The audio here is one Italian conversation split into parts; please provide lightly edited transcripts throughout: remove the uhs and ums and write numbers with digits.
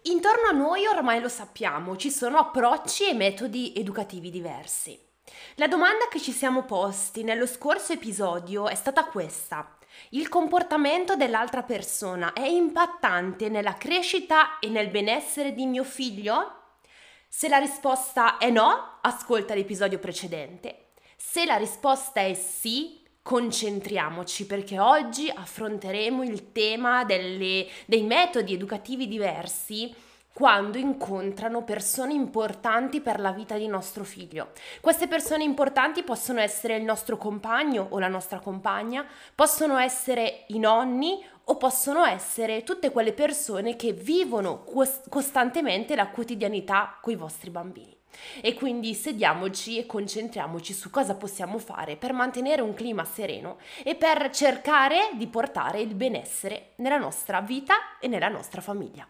Intorno a noi ormai lo sappiamo, ci sono approcci e metodi educativi diversi. La domanda che ci siamo posti nello scorso episodio è stata questa: il comportamento dell'altra persona è impattante nella crescita e nel benessere di mio figlio? Se la risposta è no, ascolta l'episodio precedente. Se la risposta è sì, concentriamoci perché oggi affronteremo il tema dei metodi educativi diversi quando incontrano persone importanti per la vita di nostro figlio. Queste persone importanti possono essere il nostro compagno o la nostra compagna, possono essere i nonni o possono essere tutte quelle persone che vivono costantemente la quotidianità con i vostri bambini. E quindi sediamoci e concentriamoci su cosa possiamo fare per mantenere un clima sereno e per cercare di portare il benessere nella nostra vita e nella nostra famiglia.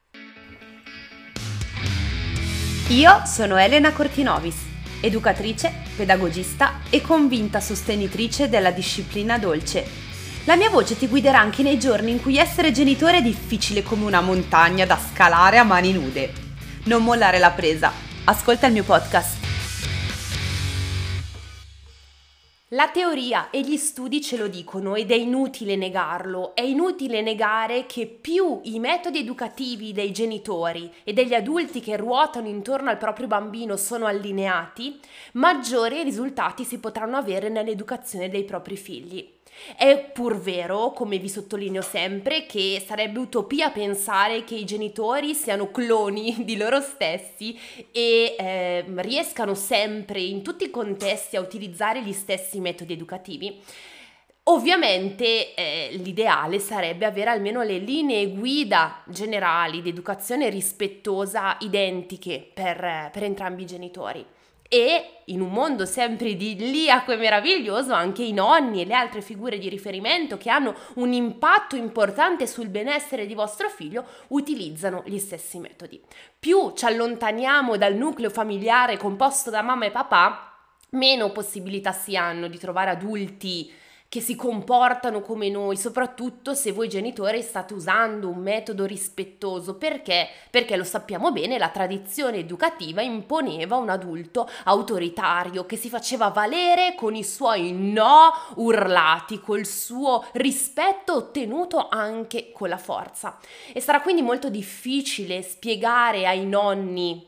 Io sono Elena Cortinovis, educatrice, pedagogista e convinta sostenitrice della disciplina dolce. La mia voce ti guiderà anche nei giorni in cui essere genitore è difficile come una montagna da scalare a mani nude. Non mollare la presa. Ascolta il mio podcast. La teoria e gli studi ce lo dicono ed è inutile negarlo. È inutile negare che più i metodi educativi dei genitori e degli adulti che ruotano intorno al proprio bambino sono allineati, maggiori risultati si potranno avere nell'educazione dei propri figli. È pur vero, come vi sottolineo sempre, che sarebbe utopia pensare che i genitori siano cloni di loro stessi e riescano sempre in tutti i contesti a utilizzare gli stessi metodi educativi. Ovviamente l'ideale sarebbe avere almeno le linee guida generali di educazione rispettosa identiche per entrambi i genitori. E in un mondo sempre idilliaco e meraviglioso anche i nonni e le altre figure di riferimento che hanno un impatto importante sul benessere di vostro figlio utilizzano gli stessi metodi. Più ci allontaniamo dal nucleo familiare composto da mamma e papà, meno possibilità si hanno di trovare adulti che si comportano come noi, soprattutto se voi genitori state usando un metodo rispettoso. Perché? Perché lo sappiamo bene, la tradizione educativa imponeva un adulto autoritario che si faceva valere con i suoi no urlati, col suo rispetto ottenuto anche con la forza. E sarà quindi molto difficile spiegare ai nonni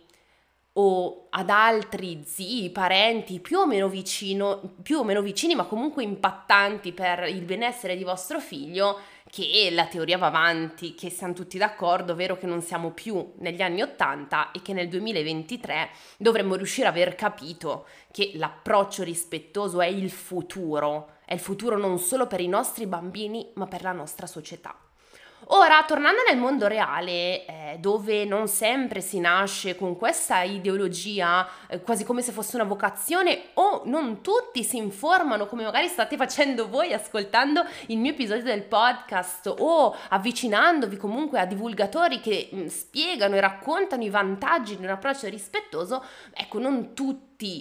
o ad altri zii, parenti più o meno vicini, ma comunque impattanti per il benessere di vostro figlio, che la teoria va avanti, che siamo tutti d'accordo, ovvero che non siamo più negli anni '80 e che nel 2023 dovremmo riuscire a aver capito che l'approccio rispettoso è il futuro non solo per i nostri bambini, ma per la nostra società. Ora, tornando nel mondo reale, dove non sempre si nasce con questa ideologia, quasi come se fosse una vocazione, o non tutti si informano come magari state facendo voi ascoltando il mio episodio del podcast o avvicinandovi comunque a divulgatori che spiegano e raccontano i vantaggi di un approccio rispettoso, ecco, non tutti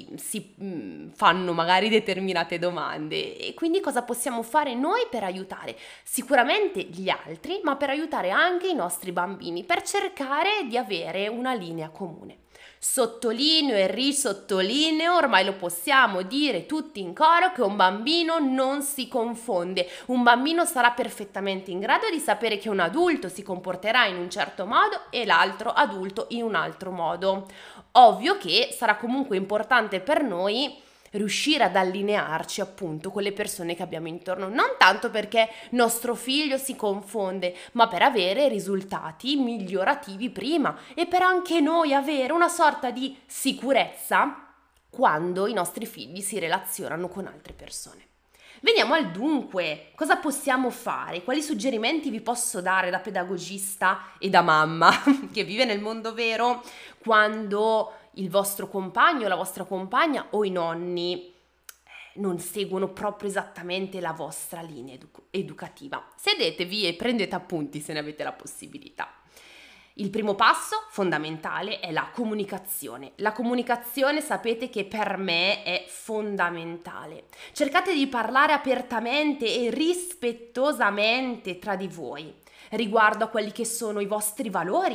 si fanno magari determinate domande. E quindi cosa possiamo fare noi per aiutare sicuramente gli altri, ma per aiutare anche i nostri bambini, per cercare di avere una linea comune? Sottolineo e risottolineo, ormai lo possiamo dire tutti in coro, che un bambino non si confonde. Un bambino sarà perfettamente in grado di sapere che un adulto si comporterà in un certo modo e l'altro adulto in un altro modo. Ovvio che sarà comunque importante per noi riuscire ad allinearci appunto con le persone che abbiamo intorno, non tanto perché nostro figlio si confonde, ma per avere risultati migliorativi prima e per anche noi avere una sorta di sicurezza quando i nostri figli si relazionano con altre persone. Veniamo al dunque, cosa possiamo fare? Quali suggerimenti vi posso dare da pedagogista e da mamma che vive nel mondo vero quando il vostro compagno, la vostra compagna o i nonni non seguono proprio esattamente la vostra linea educativa? Sedetevi e prendete appunti se ne avete la possibilità. Il primo passo fondamentale è la comunicazione. La comunicazione sapete che per me è fondamentale. Cercate di parlare apertamente e rispettosamente tra di voi riguardo a quelli che sono i vostri valori,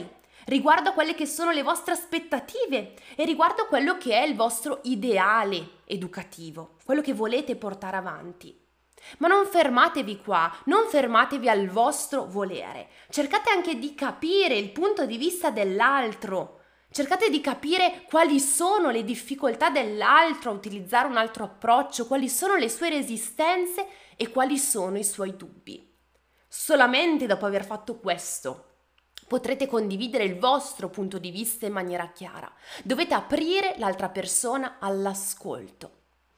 riguardo a quelle che sono le vostre aspettative e riguardo a quello che è il vostro ideale educativo, quello che volete portare avanti. Ma non fermatevi qua, non fermatevi al vostro volere, cercate anche di capire il punto di vista dell'altro, cercate di capire quali sono le difficoltà dell'altro a utilizzare un altro approccio, quali sono le sue resistenze e quali sono i suoi dubbi. Solamente dopo aver fatto questo potrete condividere il vostro punto di vista in maniera chiara. Dovete aprire l'altra persona all'ascolto.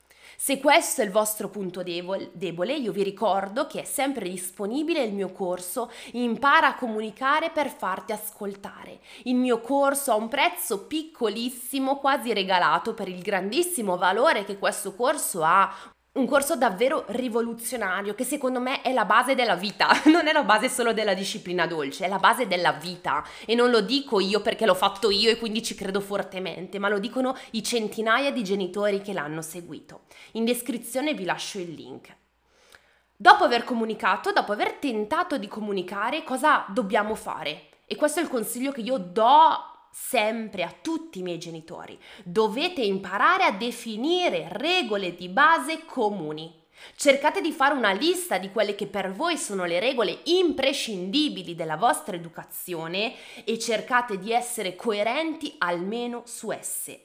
Se questo è il vostro punto debole, io vi ricordo che è sempre disponibile il mio corso Impara a comunicare per farti ascoltare. Il mio corso ha un prezzo piccolissimo, quasi regalato, per il grandissimo valore che questo corso ha. Un corso davvero rivoluzionario che secondo me è la base della vita, non è la base solo della disciplina dolce, è la base della vita e non lo dico io perché l'ho fatto io e quindi ci credo fortemente, ma lo dicono i centinaia di genitori che l'hanno seguito. In descrizione vi lascio il link. Dopo aver comunicato, dopo aver tentato di comunicare, cosa dobbiamo fare? E questo è il consiglio che io do sempre a tutti i miei genitori. Dovete imparare a definire regole di base comuni. Cercate di fare una lista di quelle che per voi sono le regole imprescindibili della vostra educazione e cercate di essere coerenti almeno su esse.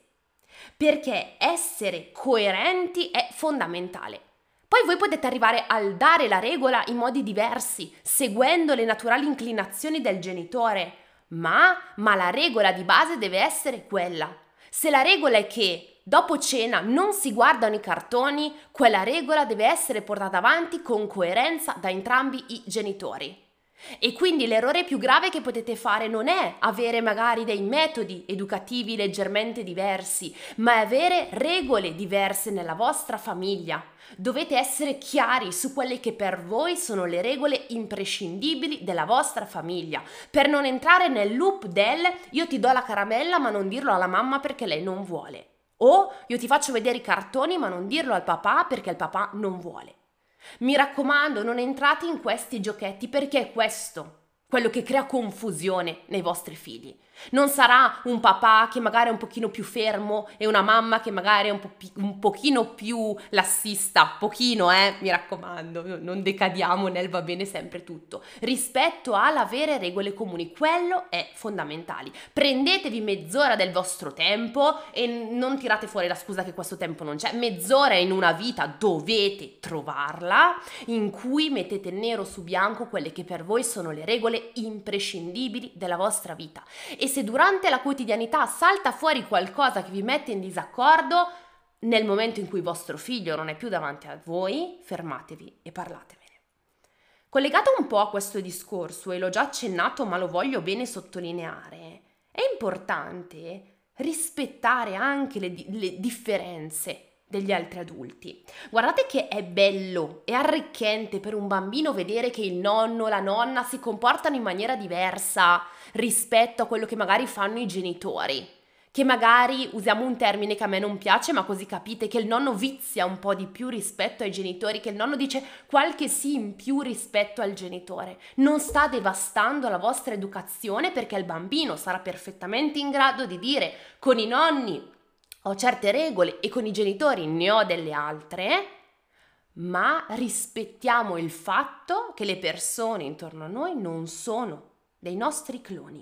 Perché essere coerenti è fondamentale. Poi voi potete arrivare al dare la regola in modi diversi, seguendo le naturali inclinazioni del genitore. Ma la regola di base deve essere quella. Se la regola è che dopo cena non si guardano i cartoni, quella regola deve essere portata avanti con coerenza da entrambi i genitori. E quindi l'errore più grave che potete fare non è avere magari dei metodi educativi leggermente diversi, ma è avere regole diverse nella vostra famiglia. Dovete essere chiari su quelle che per voi sono le regole imprescindibili della vostra famiglia, per non entrare nel loop del io ti do la caramella ma non dirlo alla mamma perché lei non vuole, o io ti faccio vedere i cartoni ma non dirlo al papà perché il papà non vuole. Mi raccomando, non entrate in questi giochetti perché è questo quello che crea confusione nei vostri figli. Non sarà un papà che magari è un pochino più fermo e una mamma che magari è un pochino più lassista, pochino, mi raccomando, non decadiamo nel va bene sempre tutto. Rispetto all'avere regole comuni, quello è fondamentale. Prendetevi mezz'ora del vostro tempo e non tirate fuori la scusa che questo tempo non c'è. Mezz'ora in una vita dovete trovarla, in cui mettete nero su bianco quelle che per voi sono le regole imprescindibili della vostra vita. E se durante la quotidianità salta fuori qualcosa che vi mette in disaccordo, nel momento in cui vostro figlio non è più davanti a voi, fermatevi e parlatevene. Collegato un po' a questo discorso, e l'ho già accennato ma lo voglio bene sottolineare, è importante rispettare anche le differenze degli altri adulti. Guardate che è bello e arricchente per un bambino vedere che il nonno, la nonna si comportano in maniera diversa rispetto a quello che magari fanno i genitori. Che magari, usiamo un termine che a me non piace, ma così capite, che il nonno vizia un po' di più rispetto ai genitori, che il nonno dice qualche sì in più rispetto al genitore. Non sta devastando la vostra educazione perché il bambino sarà perfettamente in grado di dire con i nonni ho certe regole e con i genitori ne ho delle altre, ma rispettiamo il fatto che le persone intorno a noi non sono dei nostri cloni.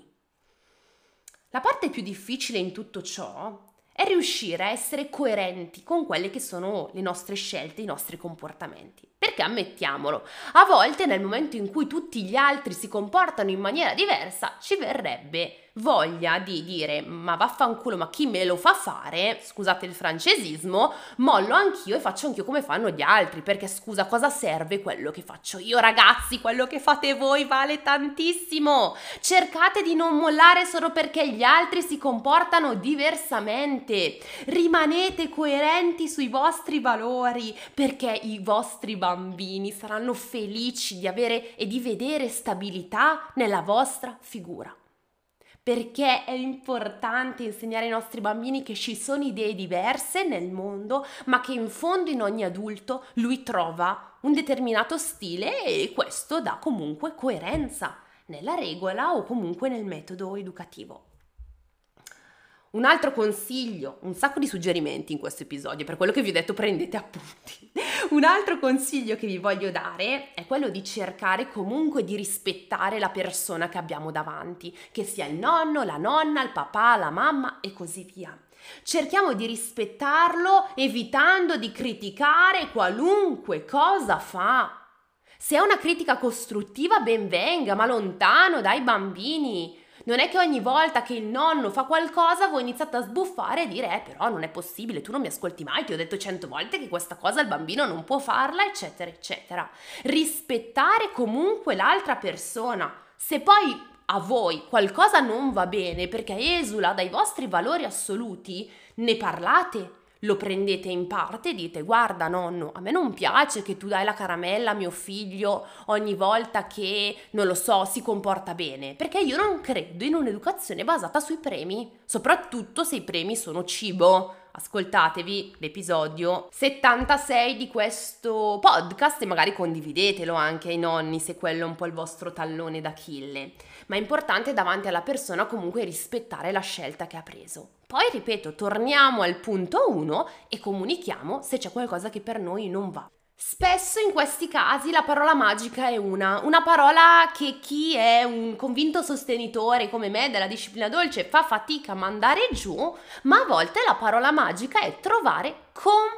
La parte più difficile in tutto ciò è riuscire a essere coerenti con quelle che sono le nostre scelte, i nostri comportamenti. Perché ammettiamolo, a volte nel momento in cui tutti gli altri si comportano in maniera diversa, ci verrebbe voglia di dire ma vaffanculo, ma chi me lo fa fare, scusate il francesismo, mollo anch'io e faccio anch'io come fanno gli altri, perché scusa, cosa serve quello che faccio io? Ragazzi, quello che fate voi vale tantissimo, cercate di non mollare solo perché gli altri si comportano diversamente, rimanete coerenti sui vostri valori, perché i vostri bambini saranno felici di avere e di vedere stabilità nella vostra figura. Perché è importante insegnare ai nostri bambini che ci sono idee diverse nel mondo, ma che in fondo in ogni adulto lui trova un determinato stile e questo dà comunque coerenza nella regola o comunque nel metodo educativo. Un altro consiglio, un sacco di suggerimenti in questo episodio, per quello che vi ho detto prendete appunti. Un altro consiglio che vi voglio dare è quello di cercare comunque di rispettare la persona che abbiamo davanti, che sia il nonno, la nonna, il papà, la mamma e così via. Cerchiamo di rispettarlo evitando di criticare qualunque cosa fa. Se è una critica costruttiva ben venga, ma lontano dai bambini. Non è che ogni volta che il nonno fa qualcosa voi iniziate a sbuffare e dire però non è possibile, tu non mi ascolti mai, ti ho detto 100 volte che questa cosa il bambino non può farla, eccetera, eccetera. Rispettare comunque l'altra persona. Se poi a voi qualcosa non va bene perché esula dai vostri valori assoluti, ne parlate. Lo prendete in parte e dite guarda nonno, a me non piace che tu dai la caramella a mio figlio ogni volta che, non lo so, si comporta bene, perché io non credo in un'educazione basata sui premi, soprattutto se i premi sono cibo. Ascoltatevi l'episodio 76 di questo podcast e magari condividetelo anche ai nonni se quello è un po' il vostro tallone d'Achille. Ma è importante davanti alla persona comunque rispettare la scelta che ha preso. Poi, ripeto, torniamo al punto 1 e comunichiamo se c'è qualcosa che per noi non va. Spesso in questi casi la parola magica è una parola che chi è un convinto sostenitore come me della disciplina dolce fa fatica a mandare giù, ma a volte la parola magica è trovare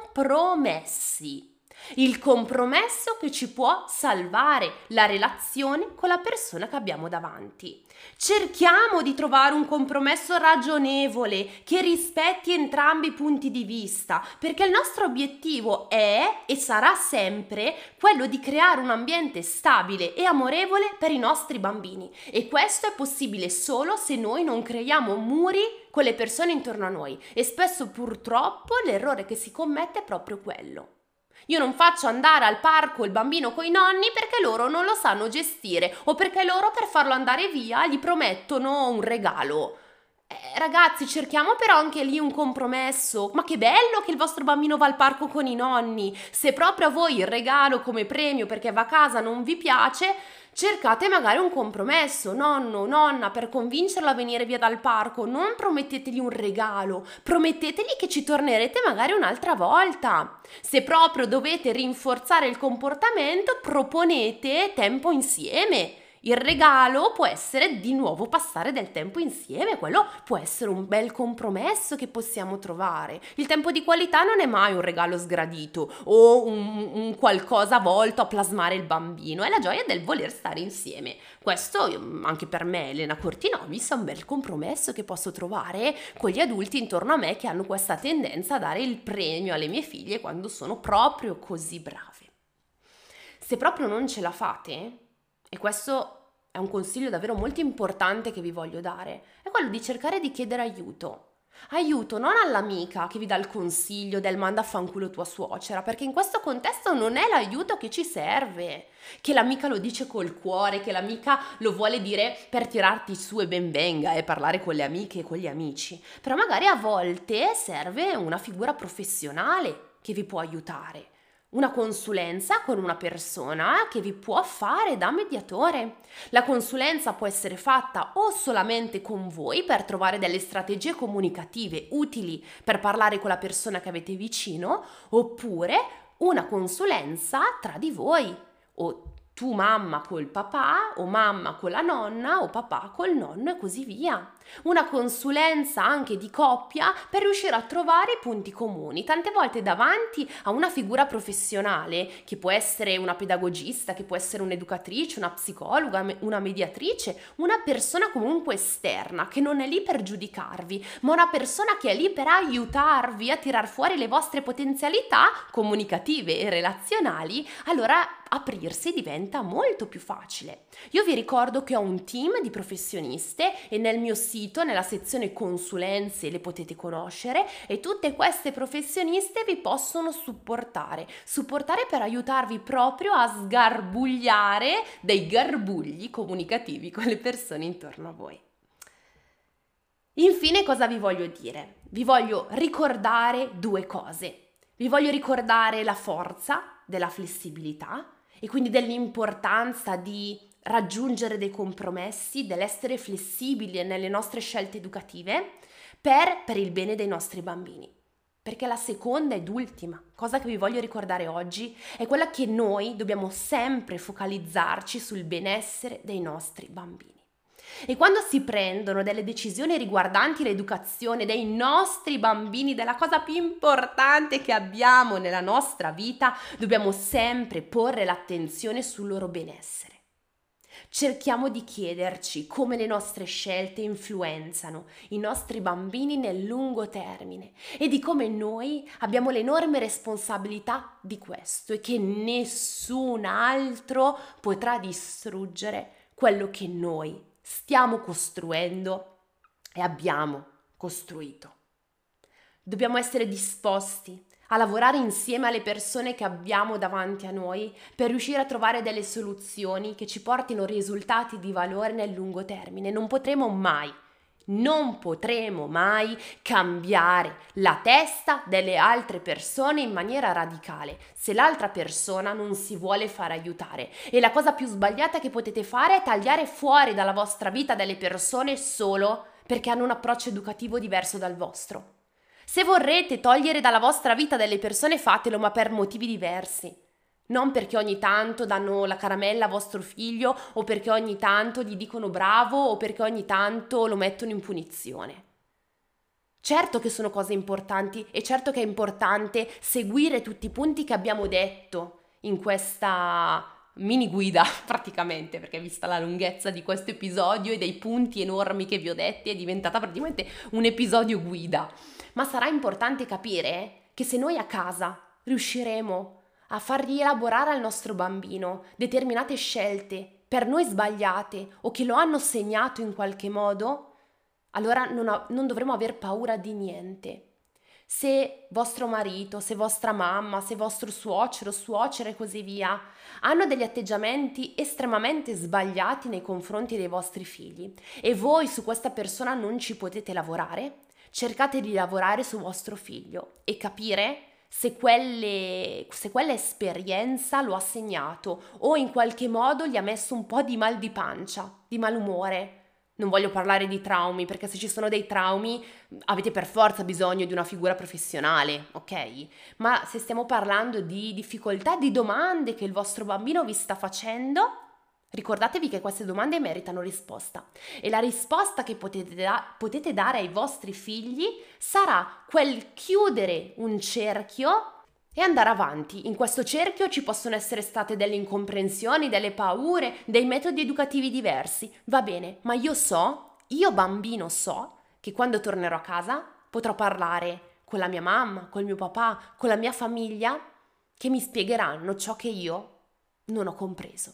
compromessi. Il compromesso che ci può salvare la relazione con la persona che abbiamo davanti. Cerchiamo di trovare un compromesso ragionevole che rispetti entrambi i punti di vista, perché il nostro obiettivo è e sarà sempre quello di creare un ambiente stabile e amorevole per i nostri bambini, e questo è possibile solo se noi non creiamo muri con le persone intorno a noi, e spesso purtroppo l'errore che si commette è proprio quello. Io non faccio andare al parco il bambino coi nonni perché loro non lo sanno gestire o perché loro per farlo andare via gli promettono un regalo. Ragazzi, cerchiamo però anche lì un compromesso. Ma che bello che il vostro bambino va al parco con i nonni. Se proprio a voi il regalo come premio perché va a casa non vi piace, cercate magari un compromesso, nonno, nonna, per convincerlo a venire via dal parco. Non promettetegli un regalo, promettetegli che ci tornerete magari un'altra volta. Se proprio dovete rinforzare il comportamento, proponete tempo insieme. Il regalo può essere di nuovo passare del tempo insieme, quello può essere un bel compromesso che possiamo trovare. Il tempo di qualità non è mai un regalo sgradito o un qualcosa volto a plasmare il bambino, è la gioia del voler stare insieme. Questo anche per me, Elena Cortinovis, è un bel compromesso che posso trovare con gli adulti intorno a me che hanno questa tendenza a dare il premio alle mie figlie quando sono proprio così brave. Se proprio non ce la fate, e questo è un consiglio davvero molto importante che vi voglio dare, è quello di cercare di chiedere aiuto. Aiuto non all'amica che vi dà il consiglio del manda a fanculo tua suocera, perché in questo contesto non è l'aiuto che ci serve, che l'amica lo dice col cuore, che l'amica lo vuole dire per tirarti su e ben venga e parlare con le amiche e con gli amici, però magari a volte serve una figura professionale che vi può aiutare. Una consulenza con una persona che vi può fare da mediatore. La consulenza può essere fatta o solamente con voi per trovare delle strategie comunicative utili per parlare con la persona che avete vicino, oppure una consulenza tra di voi, o tu mamma col papà, o mamma con la nonna, o papà col nonno e così via. Una consulenza anche di coppia per riuscire a trovare i punti comuni. Tante volte davanti a una figura professionale, che può essere una pedagogista, che può essere un'educatrice, una psicologa, una mediatrice, una persona comunque esterna, che non è lì per giudicarvi, ma una persona che è lì per aiutarvi a tirar fuori le vostre potenzialità comunicative e relazionali, allora aprirsi diventa molto più facile. Io vi ricordo che ho un team di professioniste e nel mio sito, nella sezione consulenze, le potete conoscere, e tutte queste professioniste vi possono supportare per aiutarvi proprio a sgarbugliare dei garbugli comunicativi con le persone intorno a voi. Infine, cosa vi voglio dire? Vi voglio ricordare due cose. Vi voglio ricordare la forza della flessibilità e quindi dell'importanza di raggiungere dei compromessi, dell'essere flessibili nelle nostre scelte educative per il bene dei nostri bambini. Perché la seconda ed ultima cosa che vi voglio ricordare oggi è quella che noi dobbiamo sempre focalizzarci sul benessere dei nostri bambini. E quando si prendono delle decisioni riguardanti l'educazione dei nostri bambini, della cosa più importante che abbiamo nella nostra vita, dobbiamo sempre porre l'attenzione sul loro benessere. Cerchiamo di chiederci come le nostre scelte influenzano i nostri bambini nel lungo termine e di come noi abbiamo l'enorme responsabilità di questo e che nessun altro potrà distruggere quello che noi stiamo costruendo e abbiamo costruito. Dobbiamo essere disposti a lavorare insieme alle persone che abbiamo davanti a noi per riuscire a trovare delle soluzioni che ci portino risultati di valore nel lungo termine. Non potremo mai cambiare la testa delle altre persone in maniera radicale se l'altra persona non si vuole far aiutare. E la cosa più sbagliata che potete fare è tagliare fuori dalla vostra vita delle persone solo perché hanno un approccio educativo diverso dal vostro. Se vorrete togliere dalla vostra vita delle persone, fatelo, ma per motivi diversi. Non perché ogni tanto danno la caramella a vostro figlio o perché ogni tanto gli dicono bravo o perché ogni tanto lo mettono in punizione. Certo che sono cose importanti e certo che è importante seguire tutti i punti che abbiamo detto in questa mini guida praticamente, perché vista la lunghezza di questo episodio e dei punti enormi che vi ho detti è diventata praticamente un episodio guida. Ma sarà importante capire che se noi a casa riusciremo a far rielaborare al nostro bambino determinate scelte per noi sbagliate o che lo hanno segnato in qualche modo, allora non dovremo aver paura di niente. Se vostro marito, se vostra mamma, se vostro suocero, suocera e così via hanno degli atteggiamenti estremamente sbagliati nei confronti dei vostri figli e voi su questa persona non ci potete lavorare, cercate di lavorare su vostro figlio e capire se quella esperienza lo ha segnato o in qualche modo gli ha messo un po' di mal di pancia, di malumore. Non voglio parlare di traumi, perché se ci sono dei traumi avete per forza bisogno di una figura professionale, ok? Ma se stiamo parlando di difficoltà, di domande che il vostro bambino vi sta facendo, ricordatevi che queste domande meritano risposta. E la risposta che potete dare ai vostri figli sarà quel chiudere un cerchio e andare avanti. In questo cerchio ci possono essere state delle incomprensioni, delle paure, dei metodi educativi diversi. Va bene, ma io bambino so, che quando tornerò a casa potrò parlare con la mia mamma, col mio papà, con la mia famiglia, che mi spiegheranno ciò che io non ho compreso.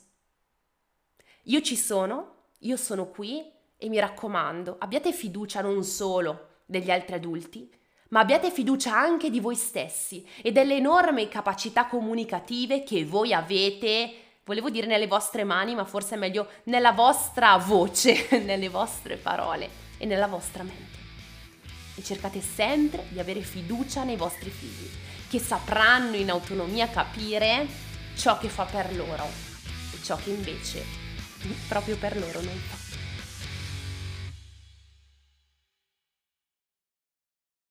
Io ci sono, io sono qui e mi raccomando, abbiate fiducia non solo degli altri adulti, ma abbiate fiducia anche di voi stessi e delle enormi capacità comunicative che voi avete, volevo dire nelle vostre mani, ma forse è meglio nella vostra voce, nelle vostre parole e nella vostra mente. E cercate sempre di avere fiducia nei vostri figli, che sapranno in autonomia capire ciò che fa per loro e ciò che invece proprio per loro non fa.